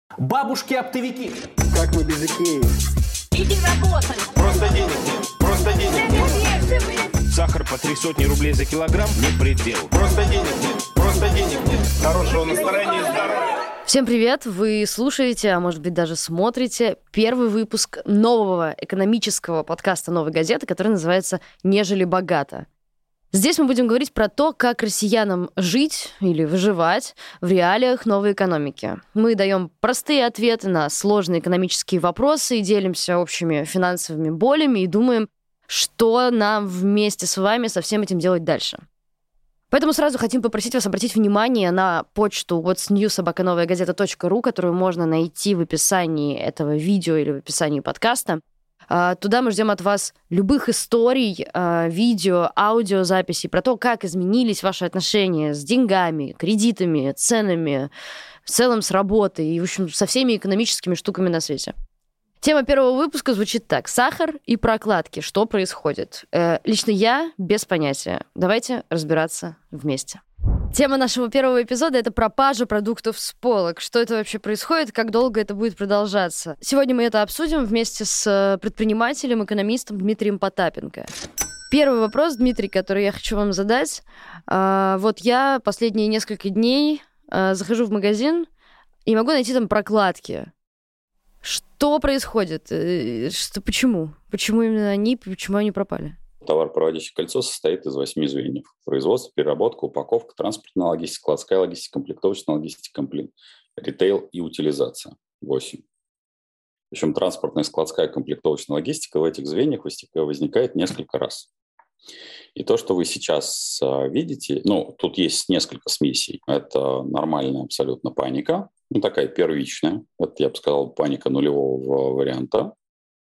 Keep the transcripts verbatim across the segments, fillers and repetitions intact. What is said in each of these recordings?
Бабушки-оптовики. Как мы без Икеи? Иди работай. Просто денег нет. Просто денег нет. Сахар по три сотни рублей за килограмм не предел. Просто денег нет. Просто денег нет. Хорошего настроения и здоровья. Всем привет! Вы слушаете, а может быть даже смотрите первый выпуск нового экономического подкаста «Новой газеты», который называется «Нежели богато». Здесь мы будем говорить про то, как россиянам жить или выживать в реалиях новой экономики. Мы даем простые ответы на сложные экономические вопросы и делимся общими финансовыми болями и думаем, что нам вместе с вами со всем этим делать дальше. Поэтому сразу хотим попросить вас обратить внимание на почту what's new собака новая газета точка ру, которую можно найти в описании этого видео или в описании подкаста. Туда мы ждем от вас любых историй, видео, аудиозаписей про то, как изменились ваши отношения с деньгами, кредитами, ценами, в целом с работой и, в общем, со всеми экономическими штуками на свете. Тема первого выпуска звучит так. Сахар и прокладки. Что происходит? Лично я без понятия. Давайте разбираться вместе. Тема нашего первого эпизода — это пропажа продуктов с полок. Что это вообще происходит, как долго это будет продолжаться? Сегодня мы это обсудим вместе с предпринимателем, экономистом Дмитрием Потапенко. Первый вопрос, Дмитрий, который я хочу вам задать. Вот я последние несколько дней захожу в магазин и могу найти там прокладки. Что происходит? Что, почему? Почему именно они, почему они пропали? Товаропроводящее кольцо состоит из восьми звеньев. Производство, переработка, упаковка, транспортная логистика, складская логистика, комплектовочная логистика, ритейл и утилизация. Восемь. Причем транспортная, складская, комплектовочная логистика в этих звеньях возникает несколько раз. И то, что вы сейчас видите, ну, тут есть несколько смесей. Это нормальная абсолютно паника, ну, такая первичная. Это, я бы сказал, паника нулевого варианта,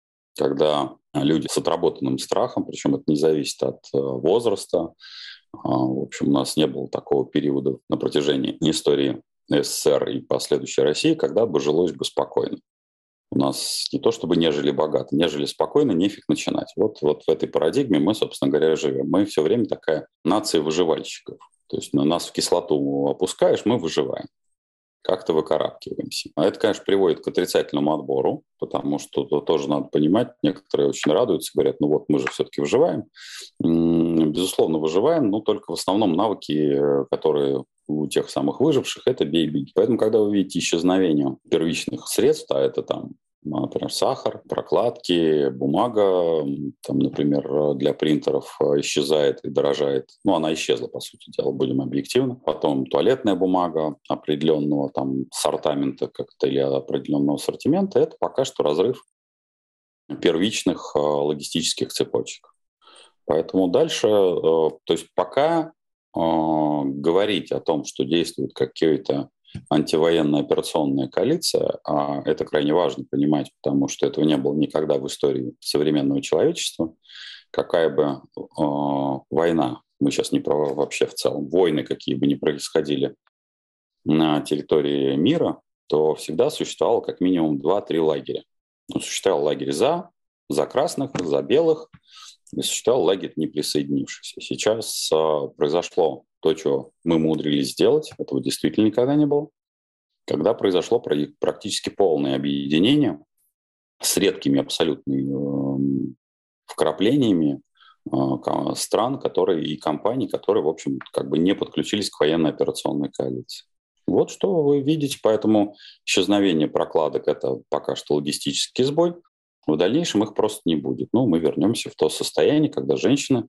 когда люди с отработанным страхом, причем это не зависит от возраста. В общем, у нас не было такого периода на протяжении истории СССР и последующей России, когда бы жилось бы спокойно. У нас не то чтобы не жили богато, не жили спокойно, нефиг начинать. Вот, вот в этой парадигме мы, собственно говоря, живем. Мы все время такая нация выживальщиков. То есть на нас в кислоту опускаешь, мы выживаем. Как-то выкарабкиваемся. А это, конечно, приводит к отрицательному отбору, потому что то тоже надо понимать, некоторые очень радуются, говорят, ну вот мы же все-таки выживаем. Безусловно, выживаем, но только в основном навыки, которые у тех самых выживших, это бей-беги. Поэтому, когда вы видите исчезновение первичных средств, а это там, например, сахар, прокладки, бумага, там, например, для принтеров исчезает и дорожает. Ну, она исчезла, по сути дела, будем объективны. Потом туалетная бумага определенного там сортамента как-то или определенного ассортимента. Это пока что разрыв первичных логистических цепочек. Поэтому дальше, то есть пока говорить о том, что действует какие-то антивоенная операционная коалиция, а это крайне важно понимать, потому что этого не было никогда в истории современного человечества. Какая бы э, война, мы сейчас не про вообще в целом, войны какие бы ни происходили на территории мира, то всегда существовало как минимум два-три лагеря. Ну, существовал лагерь за, за красных, за белых, и существовал лагерь неприсоединившихся. Сейчас э, произошло то, что мы умудрились сделать, этого действительно никогда не было, когда произошло практически полное объединение с редкими абсолютными э, вкраплениями э, стран, которые и компаний, которые, в общем, как бы не подключились к военной операционной коалиции. Вот что вы видите, поэтому исчезновение прокладок – это пока что логистический сбой. В дальнейшем их просто не будет. Ну, мы вернемся в то состояние, когда женщины,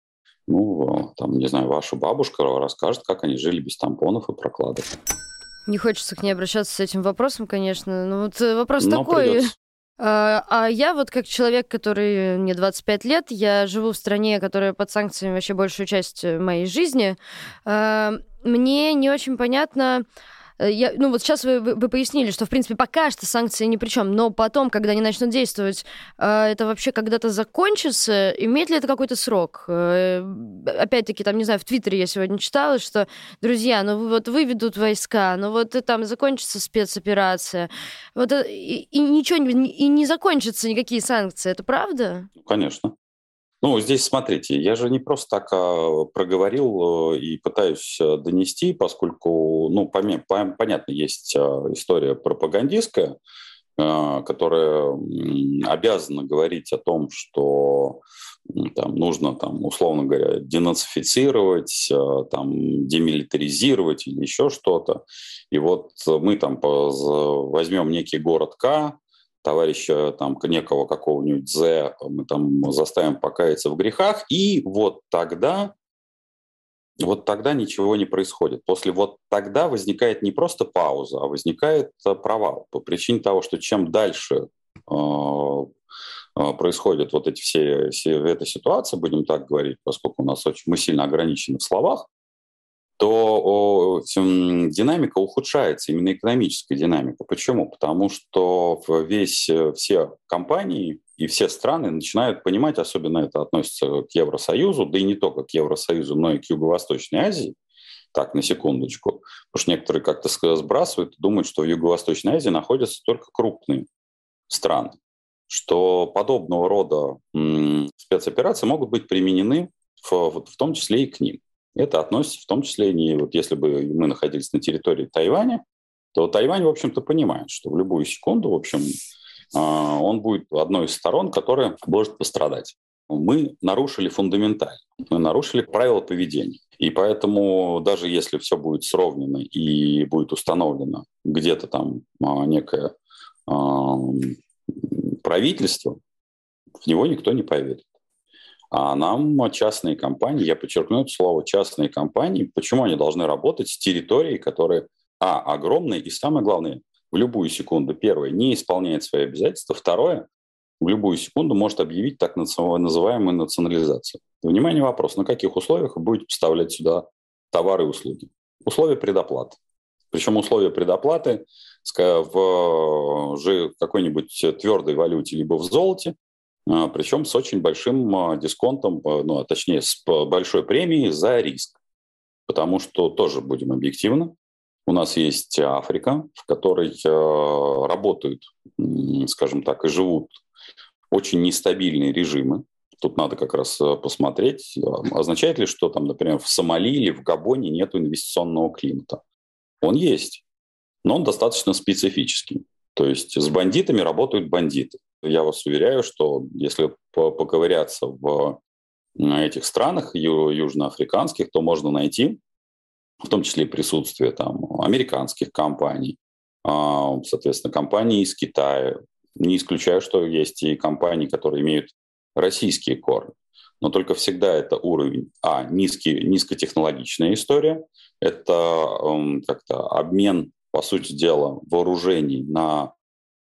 ну, там, не знаю, ваша бабушка расскажет, как они жили без тампонов и прокладок. Не хочется к ней обращаться с этим вопросом, конечно. Но вот вопрос Но такой. Придется. А, а я вот как человек, который мне двадцать пять лет, я живу в стране, которая под санкциями вообще большую часть моей жизни. А, мне не очень понятно. Я, ну вот сейчас вы, вы, вы пояснили, что, в принципе, пока что санкции ни при чем, но потом, когда они начнут действовать, это вообще когда-то закончится? Имеет ли это какой-то срок? Опять-таки, там, не знаю, в Твиттере я сегодня читала, что, друзья, ну вот выведут войска, ну вот там закончится спецоперация, вот, и, и ничего, и не закончатся никакие санкции, это правда? Конечно. Ну, здесь смотрите, я же не просто так а, проговорил э, и пытаюсь э, донести, поскольку, ну, поме- пом- понятно, есть а, история пропагандистская, а, которая м, обязана говорить о том, что м, там, нужно, там, условно говоря, денацифицировать, а, там, демилитаризировать или еще что-то. И вот мы там поз- возьмем некий город К, товарища там некого какого-нибудь З, мы там заставим покаяться в грехах, и вот тогда, вот тогда ничего не происходит. После вот тогда возникает не просто пауза, а возникает э, провал по причине того, что чем дальше э, э, происходят вот эти все, все эта ситуация, будем так говорить, поскольку у нас очень, мы сильно ограничены в словах, то о, м, динамика ухудшается, именно экономическая динамика. Почему? Потому что в- весь, э, все компании и все страны начинают понимать, особенно это относится к Евросоюзу, да и не только к Евросоюзу, но и к Юго-Восточной Азии, так, на секундочку, потому что некоторые как-то ска- сбрасывают, думают, что в Юго-Восточной Азии находятся только крупные страны, что подобного рода м, спецоперации могут быть применены в, вот в том числе и к ним. Это относится в том числе, не, вот если бы мы находились на территории Тайваня, то Тайвань, в общем-то, понимает, что в любую секунду, в общем, а, он будет одной из сторон, которая может пострадать. Мы нарушили фундаментально, мы нарушили правила поведения. И поэтому даже если все будет сровнено и будет установлено где-то там а, некое а, правительство, в него никто не поверит. А нам частные компании, я подчеркну это слово, частные компании, почему они должны работать с территорией, которая, а, огромная, и самое главное, в любую секунду, первое, не исполняет свои обязательства, второе, в любую секунду может объявить так называемую национализацию. Внимание, вопрос, на каких условиях вы будете поставлять сюда товары и услуги? Условия предоплаты. Причем условия предоплаты в же какой-нибудь твердой валюте, либо в золоте, причем с очень большим дисконтом, ну, а точнее, с большой премией за риск. Потому что, тоже будем объективны, у нас есть Африка, в которой работают, скажем так, и живут очень нестабильные режимы. Тут надо как раз посмотреть, означает ли, что там, например, в Сомали или в Габоне нет инвестиционного климата. Он есть, но он достаточно специфический. То есть с бандитами работают бандиты. Я вас уверяю, что если поковыряться в этих странах ю- южноафриканских, то можно найти, в том числе присутствие там американских компаний, а, соответственно, компаний из Китая. Не исключаю, что есть и компании, которые имеют российские корни. Но только всегда это уровень, а, низкий, низкотехнологичная история, это эм, как-то обмен, по сути дела, вооружений на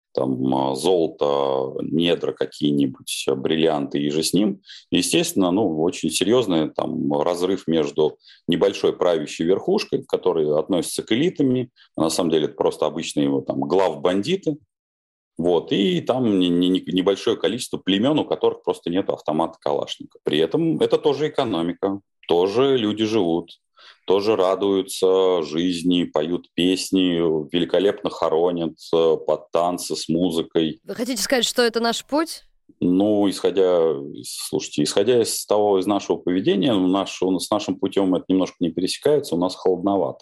там, золото, недра какие-нибудь, бриллианты и же с ним. Естественно, ну, очень серьезный там, разрыв между небольшой правящей верхушкой, которая относится к элитами, а на самом деле это просто обычные его там глав-бандиты, вот, и там не, не, небольшое количество племен, у которых просто нет автомата Калашникова. При этом это тоже экономика, тоже люди живут, тоже радуются жизни, поют песни, великолепно хоронят под танцы с музыкой. Вы хотите сказать, что это наш путь? Ну, исходя, слушайте, исходя из того, из нашего поведения, наш, с нашим путем это немножко не пересекается, у нас холодновато.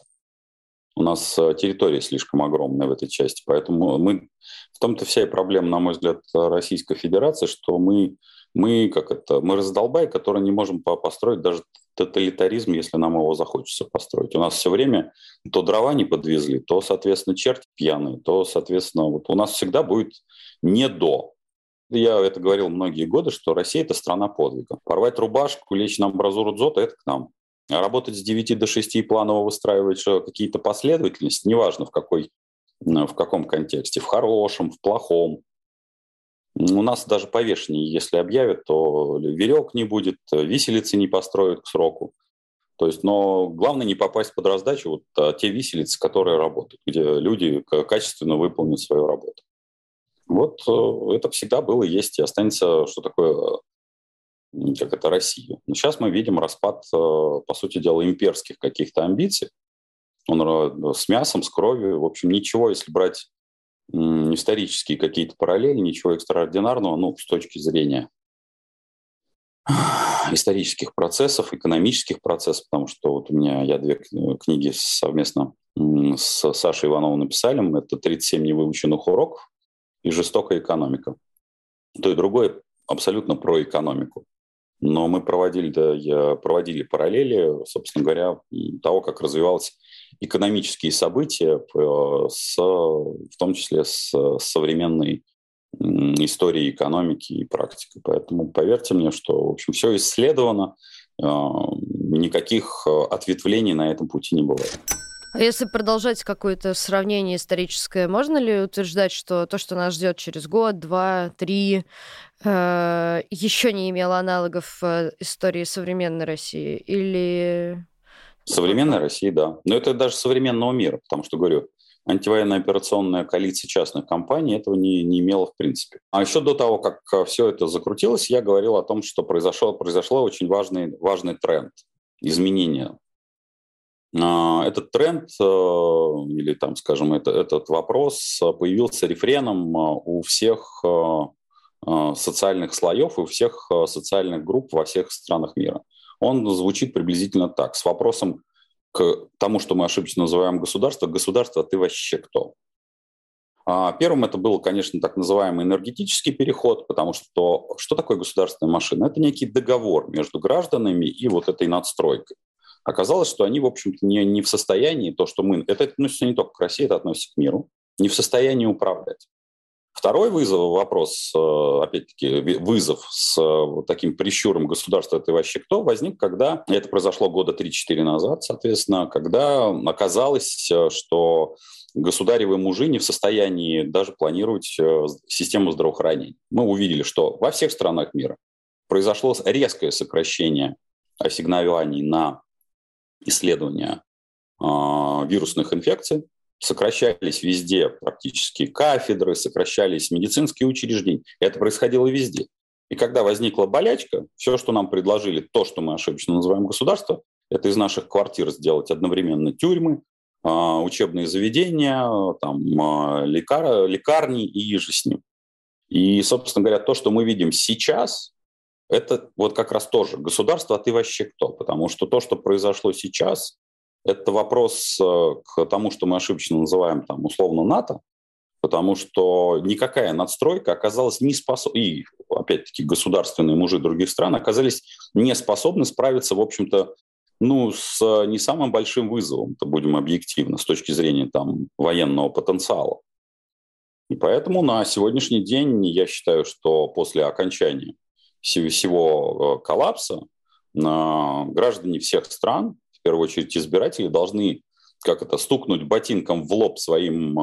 У нас территория слишком огромная в этой части, поэтому мы, в том-то вся и проблема, на мой взгляд, Российской Федерации, что мы, мы как это, мы раздолбай, который не можем построить даже тоталитаризм, если нам его захочется построить. У нас все время то дрова не подвезли, то, соответственно, черти пьяные, то, соответственно, вот у нас всегда будет не до. Я это говорил многие годы, что Россия – это страна подвига. Порвать рубашку, лечь на амбразуру дзота – это к нам. А работать с девяти до шести и планово выстраивать какие-то последовательности, неважно в, какой, в каком контексте, в хорошем, в плохом. У нас даже повешение, если объявят, то веревок не будет, виселицы не построят к сроку. То есть, но главное не попасть под раздачу вот а, те виселицы, которые работают, где люди качественно выполнят свою работу. Вот это всегда было, есть и останется, что такое, как это, Россия. Но сейчас мы видим распад, по сути дела, имперских каких-то амбиций. Он с мясом, с кровью. В общем, ничего, если брать исторические какие-то параллели, ничего экстраординарного, ну, с точки зрения исторических процессов, экономических процессов, потому что вот у меня, я две книги совместно с Сашей Ивановым написали, это тридцать семь невыученных уроков и жестокая экономика. То и другое абсолютно про экономику. Но мы проводили, да, проводили параллели, собственно говоря, того, как развивались экономические события, с, в том числе с современной историей экономики и практикой. Поэтому поверьте мне, что, в общем, все исследовано, никаких ответвлений на этом пути не бывает. А если продолжать какое-то сравнение историческое, можно ли утверждать, что то, что нас ждет через год, два, три, э, еще не имело аналогов в истории современной России? Или... Современной России, да. Но это даже современного мира, потому что, говорю, антивоенная операционная коалиция частных компаний этого не, не имела в принципе. А еще до того, как все это закрутилось, я говорил о том, что произошел, произошло очень важный, важный тренд изменения. Этот тренд, или, там, скажем, это, этот вопрос появился рефреном у всех социальных слоев и у всех социальных групп во всех странах мира. Он звучит приблизительно так, с вопросом к тому, что мы ошибочно называем государство. Государство, ты вообще кто? Первым это был, конечно, так называемый энергетический переход, потому что что такое государственная машина? Это некий договор между гражданами и вот этой надстройкой. Оказалось, что они, в общем-то, не, не в состоянии, то, что мы... Это относится не только к России, это относится к миру, не в состоянии управлять. Второй вызов, вопрос, опять-таки, вызов с вот таким прищуром государства «ты вообще кто?» возник, когда, это произошло года три-четыре назад, соответственно, когда оказалось, что государевы мужи не в состоянии даже планировать систему здравоохранения. Мы увидели, что во всех странах мира произошло резкое сокращение ассигнований на исследования э, вирусных инфекций, сокращались везде практически кафедры, сокращались медицинские учреждения. Это происходило везде. И когда возникла болячка, все, что нам предложили, то, что мы ошибочно называем государство, это из наших квартир сделать одновременно тюрьмы, э, учебные заведения, там, э, лекар, лекарни и еже с ним. И, собственно говоря, то, что мы видим сейчас, это вот как раз тоже государство, а ты вообще кто? Потому что то, что произошло сейчас, это вопрос к тому, что мы ошибочно называем там, условно НАТО, потому что никакая надстройка оказалась не способна, и опять-таки государственные мужи других стран оказались не способны справиться, в общем-то, ну, с не самым большим вызовом, то будем объективно, с точки зрения там, военного потенциала. И поэтому на сегодняшний день я считаю, что после окончания всего коллапса граждане всех стран, в первую очередь избиратели, должны как это, стукнуть ботинком в лоб своим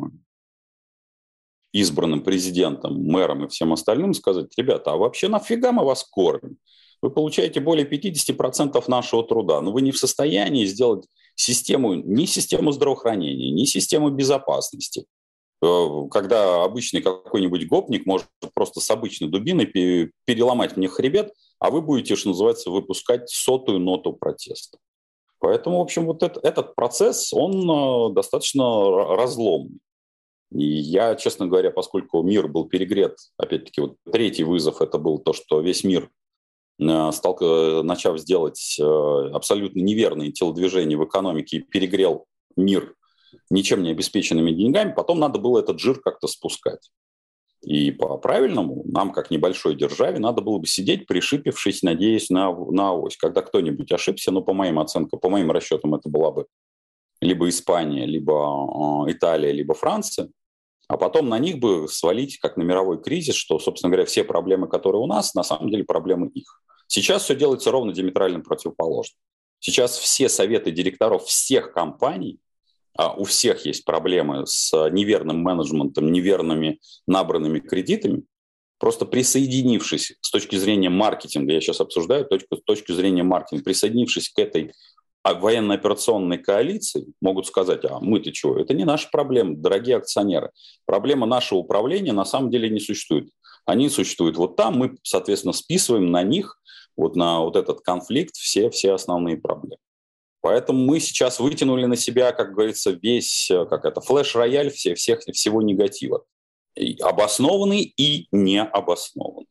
избранным президентом, мэром и всем остальным, сказать: ребята, а вообще нафига мы вас кормим? Вы получаете более пятьдесят процентов нашего труда, но вы не в состоянии сделать систему, ни систему здравоохранения, ни систему безопасности. Когда обычный какой-нибудь гопник может просто с обычной дубиной переломать мне хребет, а вы будете, что называется, выпускать сотую ноту протеста. Поэтому, в общем, вот этот, этот процесс, он достаточно разломный. И я, честно говоря, поскольку мир был перегрет, опять-таки, вот третий вызов, это был то, что весь мир, стал, начав сделать абсолютно неверные телодвижения в экономике, перегрел мир ничем не обеспеченными деньгами, потом надо было этот жир как-то спускать. И по-правильному нам, как небольшой державе, надо было бы сидеть, пришипившись, надеясь на, на авось. Когда кто-нибудь ошибся, ну, по моим оценкам, по моим расчетам, это была бы либо Испания, либо э, Италия, либо Франция, а потом на них бы свалить, как на мировой кризис, что, собственно говоря, все проблемы, которые у нас, на самом деле проблемы их. Сейчас все делается ровно диаметрально противоположно. Сейчас все советы директоров всех компаний, а у всех есть проблемы с неверным менеджментом, неверными набранными кредитами, просто присоединившись с точки зрения маркетинга, я сейчас обсуждаю точку, точку зрения маркетинга, присоединившись к этой военно-операционной коалиции, могут сказать: а мы-то чего? Это не наша проблема, дорогие акционеры. Проблема нашего управления на самом деле не существует. Они существуют вот там, мы, соответственно, списываем на них, вот на вот этот конфликт, все, все основные проблемы. Поэтому мы сейчас вытянули на себя, как говорится, весь, как это, флеш-рояль все, всех, всего негатива. И обоснованный и необоснованный.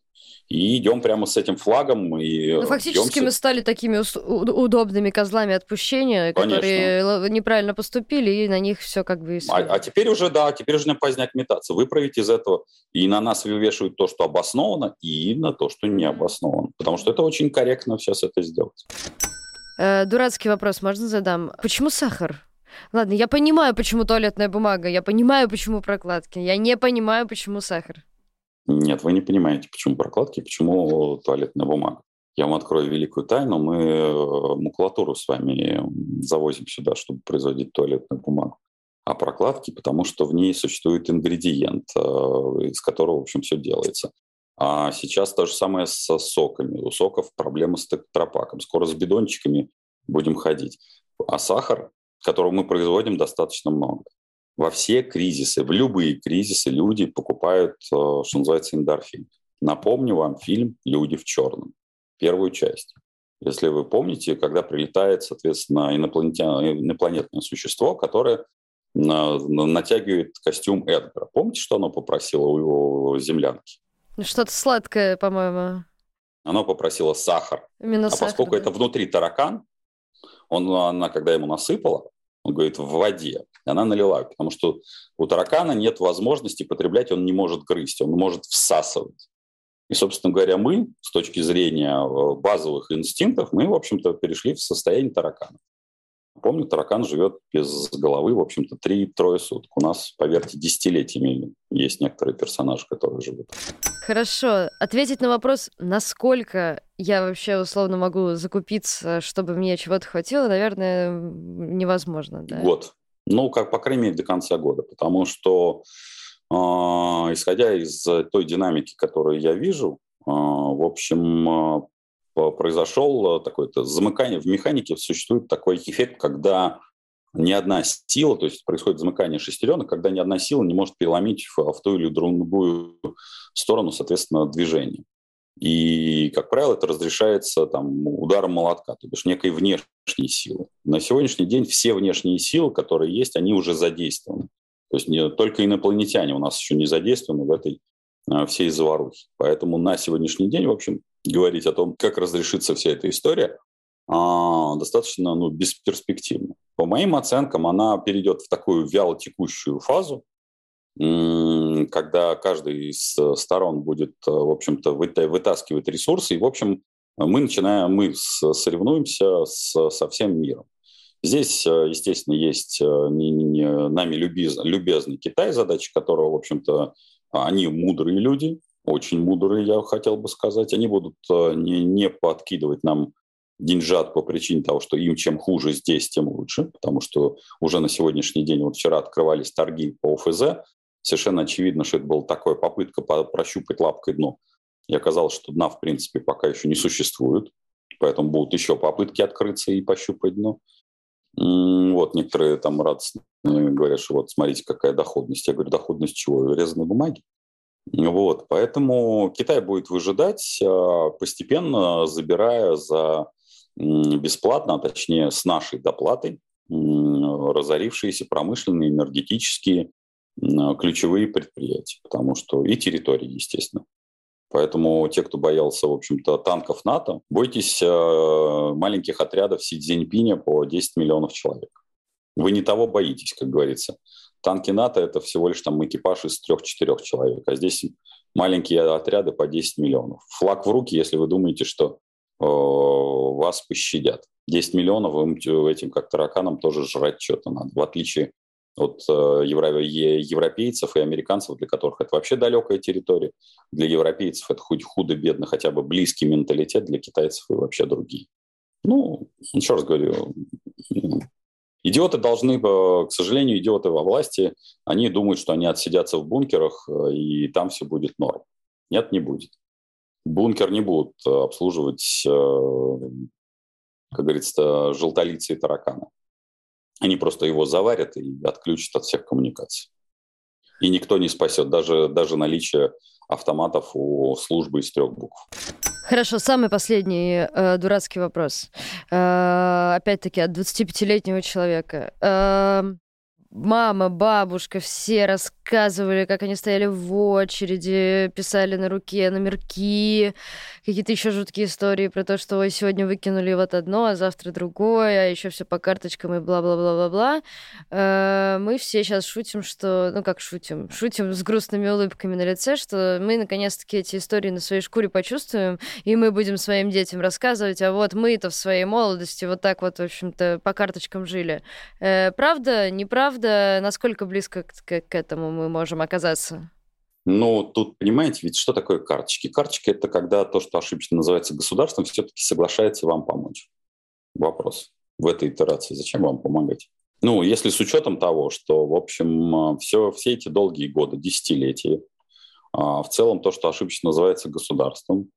И идем прямо с этим флагом. И ну, фактически бьемся. Мы стали такими ус- удобными козлами отпущения, Конечно. которые неправильно поступили, и на них все как бы... А, а теперь уже, да, теперь уже не поздняк метаться. Выправить из этого. И на нас вывешивают то, что обосновано, и на то, что не обосновано. Потому что это очень корректно сейчас это сделать. Э, дурацкий вопрос можно задам? Почему сахар? Ладно, я понимаю, почему туалетная бумага, я понимаю, почему прокладки. Я не понимаю, почему сахар. Нет, вы не понимаете, почему прокладки, почему туалетная бумага. Я вам открою великую тайну. Мы макулатуру с вами завозим сюда, чтобы производить туалетную бумагу. А прокладки, потому что в ней существует ингредиент, из которого, в общем, все делается. А сейчас то же самое с соками. У соков проблемы с тетрапаком. Скоро с бидончиками будем ходить. А сахар, которого мы производим, достаточно много. Во все кризисы, в любые кризисы люди покупают, что называется, эндорфин. Напомню вам фильм «Люди в черном», первую часть. Если вы помните, когда прилетает, соответственно, инопланетное существо, которое натягивает костюм Эдгара. Помните, что оно попросило у его землянки? Что-то сладкое, по-моему. Оно попросило сахар. Именно а сахар, поскольку да. Это внутри таракан, он, она, когда ему насыпала, он говорит, в воде. И она налила, потому что у таракана нет возможности потреблять, он не может грызть, он может всасывать. И, собственно говоря, мы, с точки зрения базовых инстинктов, мы, в общем-то, перешли в состояние таракана. Помню, таракан живет без головы, в общем-то, три-трое суток. У нас, поверьте, десятилетиями есть некоторые персонажи, которые живут. Хорошо. Ответить на вопрос, насколько я вообще условно могу закупиться, чтобы мне чего-то хватило, наверное, невозможно. Да? Год. Ну, как, по крайней мере, до конца года. Потому что, э, исходя из той динамики, которую я вижу, э, в общем, э, произошел такое-то замыкание. В механике существует такой эффект, когда ни одна сила, то есть происходит замыкание шестеренок, когда ни одна сила не может переломить в, в ту или другую сторону, соответственно, движения. И, как правило, это разрешается там, ударом молотка, то есть некой внешней силы. На сегодняшний день все внешние силы, которые есть, они уже задействованы. То есть не, только инопланетяне у нас еще не задействованы в этой а, всей заварухе. Поэтому на сегодняшний день, в общем, говорить о том, как разрешится вся эта история, а, достаточно ну, бесперспективно. По моим оценкам, она перейдет в такую вялотекущую фазу, когда каждый из сторон будет, в общем-то, вытаскивать ресурсы. И, в общем, мы начинаем, мы соревнуемся с, со всем миром. Здесь, естественно, есть не, не, нами любез, любезный Китай, задача которого, в общем-то, они мудрые люди, очень мудрые, я хотел бы сказать. Они будут не, не подкидывать нам деньжат по причине того, что им чем хуже здесь, тем лучше, потому что уже на сегодняшний день, вот вчера открывались торги по ОФЗ, совершенно очевидно, что это была такая попытка прощупать лапкой дно. И оказалось, что дна, в принципе, пока еще не существует, поэтому будут еще попытки открыться и пощупать дно. Вот, некоторые там радостно говорят, что вот, смотрите, какая доходность. Я говорю, доходность чего? Резаной бумаги? Вот, поэтому Китай будет выжидать, постепенно забирая за бесплатно, а точнее с нашей доплатой, разорившиеся промышленные, энергетические, ключевые предприятия, потому что и территории, естественно. Поэтому те, кто боялся, в общем-то, танков НАТО, бойтесь маленьких отрядов Си Цзиньпиня по десять миллионов человек. Вы не того боитесь, как говорится. Танки НАТО – это всего лишь там экипаж из трех-четырех человек, а здесь маленькие отряды по десять миллионов. Флаг в руки, если вы думаете, что э, вас пощадят. десять миллионов этим, как тараканам, тоже жрать что-то надо, в отличие от э, евро- европейцев и американцев, для которых это вообще далекая территория. Для европейцев это хоть худо-бедно, хотя бы близкий менталитет, для китайцев и вообще другие. Ну, еще раз говорю, идиоты должны, к сожалению, идиоты во власти, они думают, что они отсидятся в бункерах, и там все будет норм. Нет, не будет. Бункер не будут обслуживать, как говорится, желтолицые тараканы. Они просто его заварят и отключат от всех коммуникаций. И никто не спасет, даже, даже наличие автоматов у службы из трех букв. Хорошо, самый последний э, дурацкий вопрос. Э, опять-таки, от двадцатипятилетнего человека. Э, мама, бабушка, все рассказывали, как они стояли в очереди, писали на руке номерки, какие-то еще жуткие истории про то, что ой, сегодня выкинули вот одно, а завтра другое, а еще все по карточкам и бла-бла-бла-бла-бла. Э, Мы все сейчас шутим, что... Ну, как шутим? Шутим с грустными улыбками на лице, что мы, наконец-таки, эти истории на своей шкуре почувствуем, и мы будем своим детям рассказывать, а вот мы-то в своей молодости вот так вот, в общем-то, по карточкам жили. Э, Правда? Неправда? Насколько близко к, к, к этому мы можем оказаться? Ну, тут, понимаете, ведь что такое карточки? Карточки – это когда то, что ошибочно называется государством, все-таки соглашается вам помочь. Вопрос в этой итерации. Зачем вам помогать? Ну, если с учетом того, что, в общем, все, все эти долгие годы, десятилетия, в целом то, что ошибочно называется государством,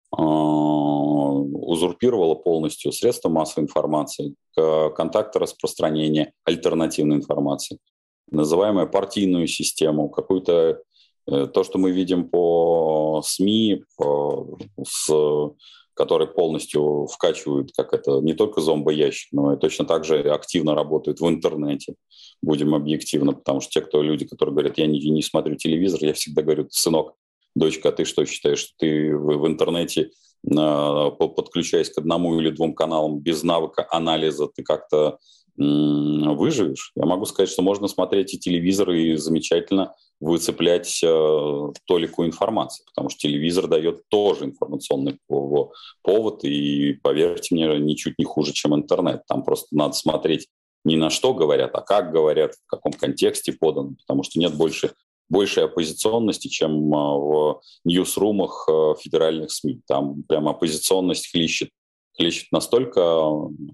узурпировало полностью средства массовой информации, контакты распространения альтернативной информации, называемую партийную систему, какую-то то, что мы видим по СМИ, по, с, которые полностью вкачивают, как это, не только зомбоящик, но и точно так же активно работают в интернете, будем объективно, потому что те, кто люди, которые говорят, я не, не смотрю телевизор, я всегда говорю, сынок, дочка, а ты что считаешь, что ты в, в интернете, э, подключаясь к одному или двум каналам без навыка анализа, ты как-то э, выживешь? Я могу сказать, что можно смотреть и телевизор, и замечательно выцеплять э, толику информации, потому что телевизор дает тоже информационный повод, и, поверьте мне, ничуть не хуже, чем интернет. Там просто надо смотреть не на что говорят, а как говорят, в каком контексте подано, потому что нет больше большей оппозиционности, чем в ньюсрумах федеральных СМИ. Там прямо оппозиционность хлещет, хлещет настолько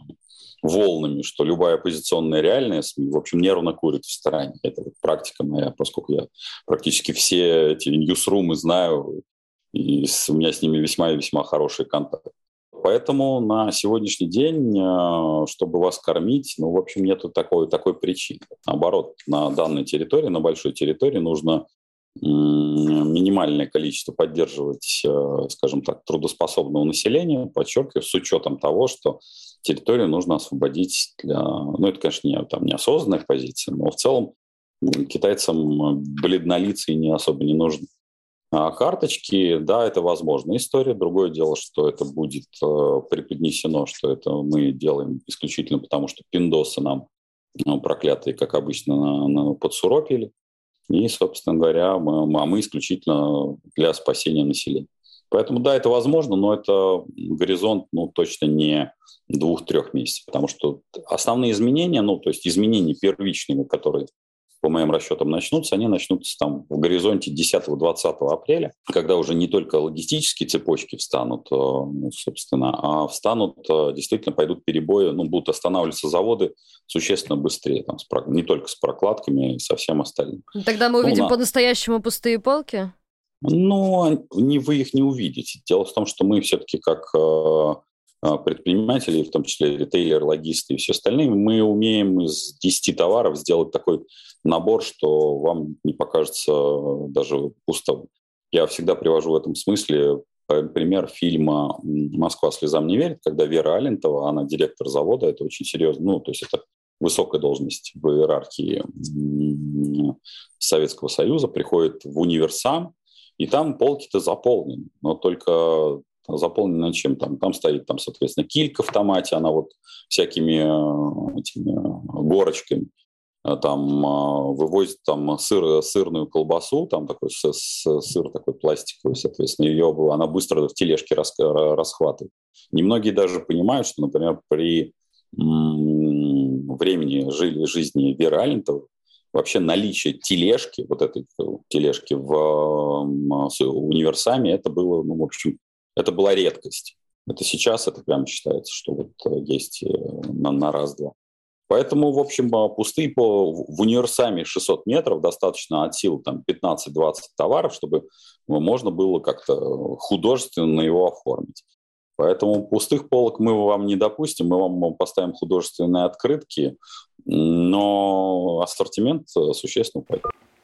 волнами, что любая оппозиционная реальная СМИ, в общем, нервно курит в стороне. Это вот практика моя, поскольку я практически все эти ньюсрумы знаю, и у меня с ними весьма и весьма хороший контакт. Поэтому на сегодняшний день, чтобы вас кормить, ну, в общем, нету такой, такой причины. Наоборот, на данной территории, на большой территории нужно минимальное количество поддерживать, скажем так, трудоспособного населения, подчеркиваю, с учетом того, что территорию нужно освободить для... Ну, это, конечно, не, там, неосознанная позиция, но в целом китайцам бледнолицые не особо не нужны. А карточки, да, это возможная история. Другое дело, что это будет э, преподнесено, что это мы делаем исключительно потому, что пиндосы нам ну, проклятые, как обычно, на, на, подсуропили. И, собственно говоря, мы, а мы исключительно для спасения населения. Поэтому, да, это возможно, но это горизонт, ну, точно не двух-трех месяцев, потому что основные изменения, ну, то есть изменения первичные, которые по моим расчетам начнутся, они начнутся там в горизонте десятого-двадцатого апреля, когда уже не только логистические цепочки встанут, ну, собственно, а встанут, действительно пойдут перебои, ну, будут останавливаться заводы существенно быстрее, там, с, не только с прокладками, и со всем остальным. Тогда мы увидим ну, на... по-настоящему пустые полки? Ну, не, вы их не увидите. Дело в том, что мы все-таки как предприниматели, в том числе ритейлеры, логисты и все остальные, мы умеем из десяти товаров сделать такой набор, что вам не покажется даже пустым. Я всегда привожу в этом смысле пример фильма «Москва слезам не верит», когда Вера Алентова, она директор завода, это очень серьезно, ну, то есть это высокая должность в иерархии Советского Союза, приходит в универсам, и там полки-то заполнены, но только заполнена чем там? Там стоит, там, соответственно, килька в томате, она вот всякими этими горочками. Там вывозит там сыр, сырную колбасу, там такой сыр такой пластиковый, соответственно, ее она быстро в тележке расхватывает. Немногие даже понимают, что, например, при времени жизни Веры Алентовой вообще наличие тележки, вот этой тележки в универсаме, это было, ну, в общем, это была редкость. Это сейчас это прямо считается, что вот есть на, на раз-два. Поэтому, в общем, пустые по, в универсаме шестьсот метров достаточно от сил там, пятнадцать-двадцать товаров, чтобы можно было как-то художественно его оформить. Поэтому пустых полок мы вам не допустим, мы вам поставим художественные открытки, но ассортимент существенно упадет.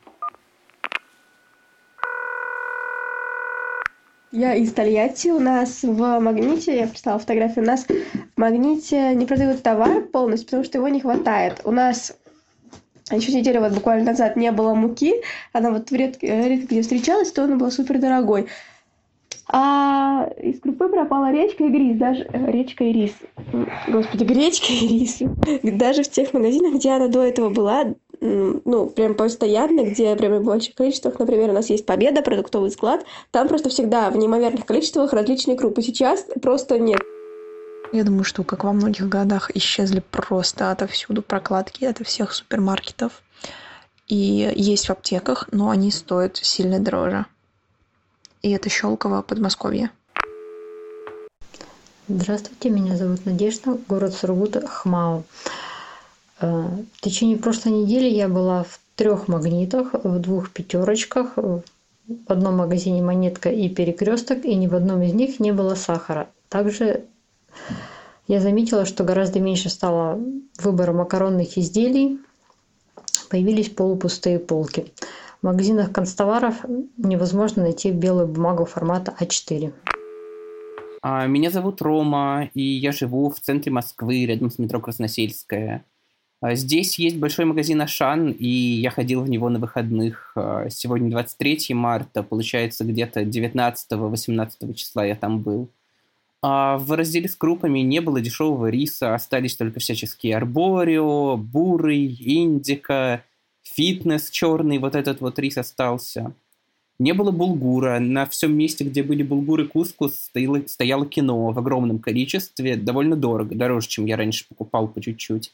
Я из Тольятти. У нас в Магните, я прислала фотографию, у нас в Магните не продают товар полностью, потому что его не хватает. У нас А еще неделю вот буквально назад не было муки, она вот редко, редко где встречалась, то она была супер дорогой. А из крупы пропала речка и рис, даже речка и рис. Господи, гречка и рис. Даже в тех магазинах, где она до этого была, ну, прям постоянно, где прям в больших количествах, например, у нас есть Победа, продуктовый склад, там просто всегда в неимоверных количествах различные крупы. Сейчас просто нет. Я думаю, что, как во многих городах, исчезли просто отовсюду прокладки, от всех супермаркетов. И есть в аптеках, но они стоят сильно дороже. И это Щелково, Подмосковье. Здравствуйте, меня зовут Надежда, город Сургут, Хмао. В течение прошлой недели я была в трех магнитах, в двух пятерочках, в одном магазине «Монетка» и «Перекресток», и ни в одном из них не было сахара. Также я заметила, что гораздо меньше стало выбора макаронных изделий, появились полупустые полки. В магазинах канцтоваров невозможно найти белую бумагу формата а четыре. Меня зовут Рома, и я живу в центре Москвы, рядом с метро Красносельская. Здесь есть большой магазин «Ашан», и я ходил в него на выходных. Сегодня двадцать третьего марта, получается, где-то девятнадцатого-восемнадцатого числа я там был. В разделе с крупами не было дешевого риса, остались только всяческие арборио, бурый, индика, фитнес черный, вот этот вот рис остался. Не было булгура. На всем месте, где были булгур и кускус, стояло, стояло кино в огромном количестве, довольно дорого, дороже, чем я раньше покупал по чуть-чуть.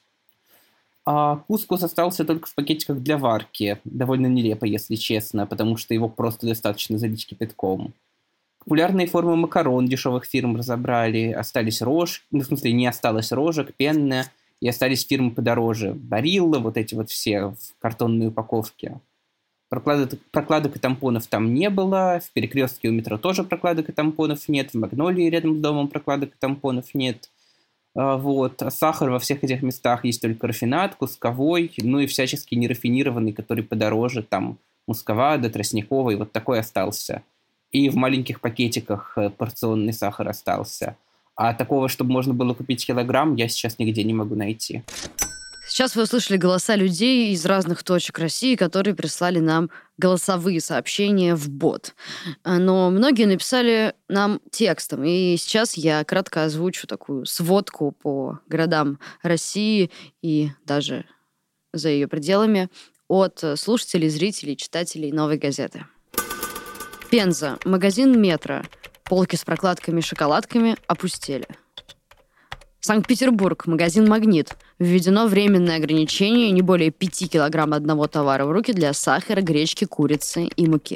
А кускус остался только в пакетиках для варки. Довольно нелепо, если честно, потому что его просто достаточно залить кипятком. Популярные формы макарон дешевых фирм разобрали. Остались рожки, ну, в смысле, не осталось рожек, пенная, и остались фирмы подороже. Барилла, вот эти вот все в картонной упаковке. Прокладок, прокладок и тампонов там не было. В Перекрестке у метро тоже прокладок и тампонов нет. В Магнолии рядом с домом прокладок и тампонов нет. Вот. А сахар во всех этих местах есть только рафинад, кусковой, ну и всячески нерафинированный, который подороже, там мусковада, тростниковый, вот такой остался. И в маленьких пакетиках порционный сахар остался. А такого, чтобы можно было купить килограмм, я сейчас нигде не могу найти. Сейчас вы услышали голоса людей из разных точек России, которые прислали нам голосовые сообщения в бот. Но многие написали нам текстом. И сейчас я кратко озвучу такую сводку по городам России и даже за ее пределами от слушателей, зрителей, читателей «Новой газеты». Пенза. Магазин «Метро». Полки с прокладками и шоколадками опустели. Санкт-Петербург. Магазин «Магнит». Введено временное ограничение не более пяти килограмм одного товара в руки для сахара, гречки, курицы и муки.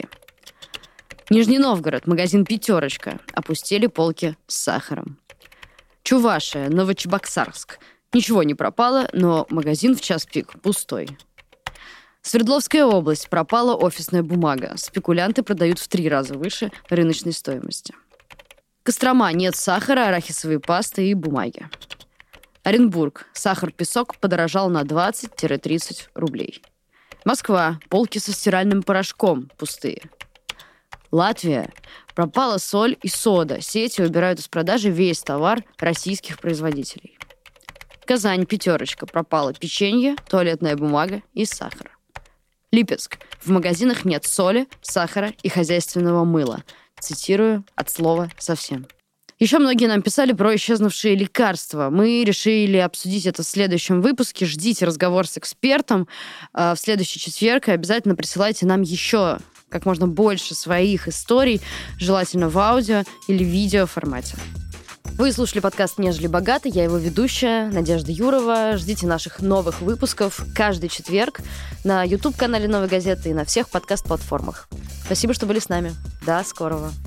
Нижний Новгород. Магазин «Пятерочка». Опустили полки с сахаром. Чувашия. Новочебоксарск. Ничего не пропало, но магазин в час пик пустой. Свердловская область. Пропала офисная бумага. Спекулянты продают в три раза выше рыночной стоимости. Кострома. Нет сахара, арахисовой пасты и бумаги. Оренбург. Сахар-песок подорожал на двадцать-тридцать рублей. Москва. Полки со стиральным порошком пустые. Латвия. Пропала соль и сода. Сети убирают из продажи весь товар российских производителей. Казань. Пятерочка. Пропало печенье, туалетная бумага и сахар. Липецк. В магазинах нет соли, сахара и хозяйственного мыла. Цитирую от слова совсем. Еще многие нам писали про исчезнувшие лекарства. Мы решили обсудить это в следующем выпуске. Ждите разговор с экспертом в следующий четверг. И обязательно присылайте нам еще как можно больше своих историй, желательно в аудио или видео формате. Вы слушали подкаст «Нежели богато». Я его ведущая, Надежда Юрова. Ждите наших новых выпусков каждый четверг на YouTube-канале «Новой газеты» и на всех подкаст-платформах. Спасибо, что были с нами. До скорого.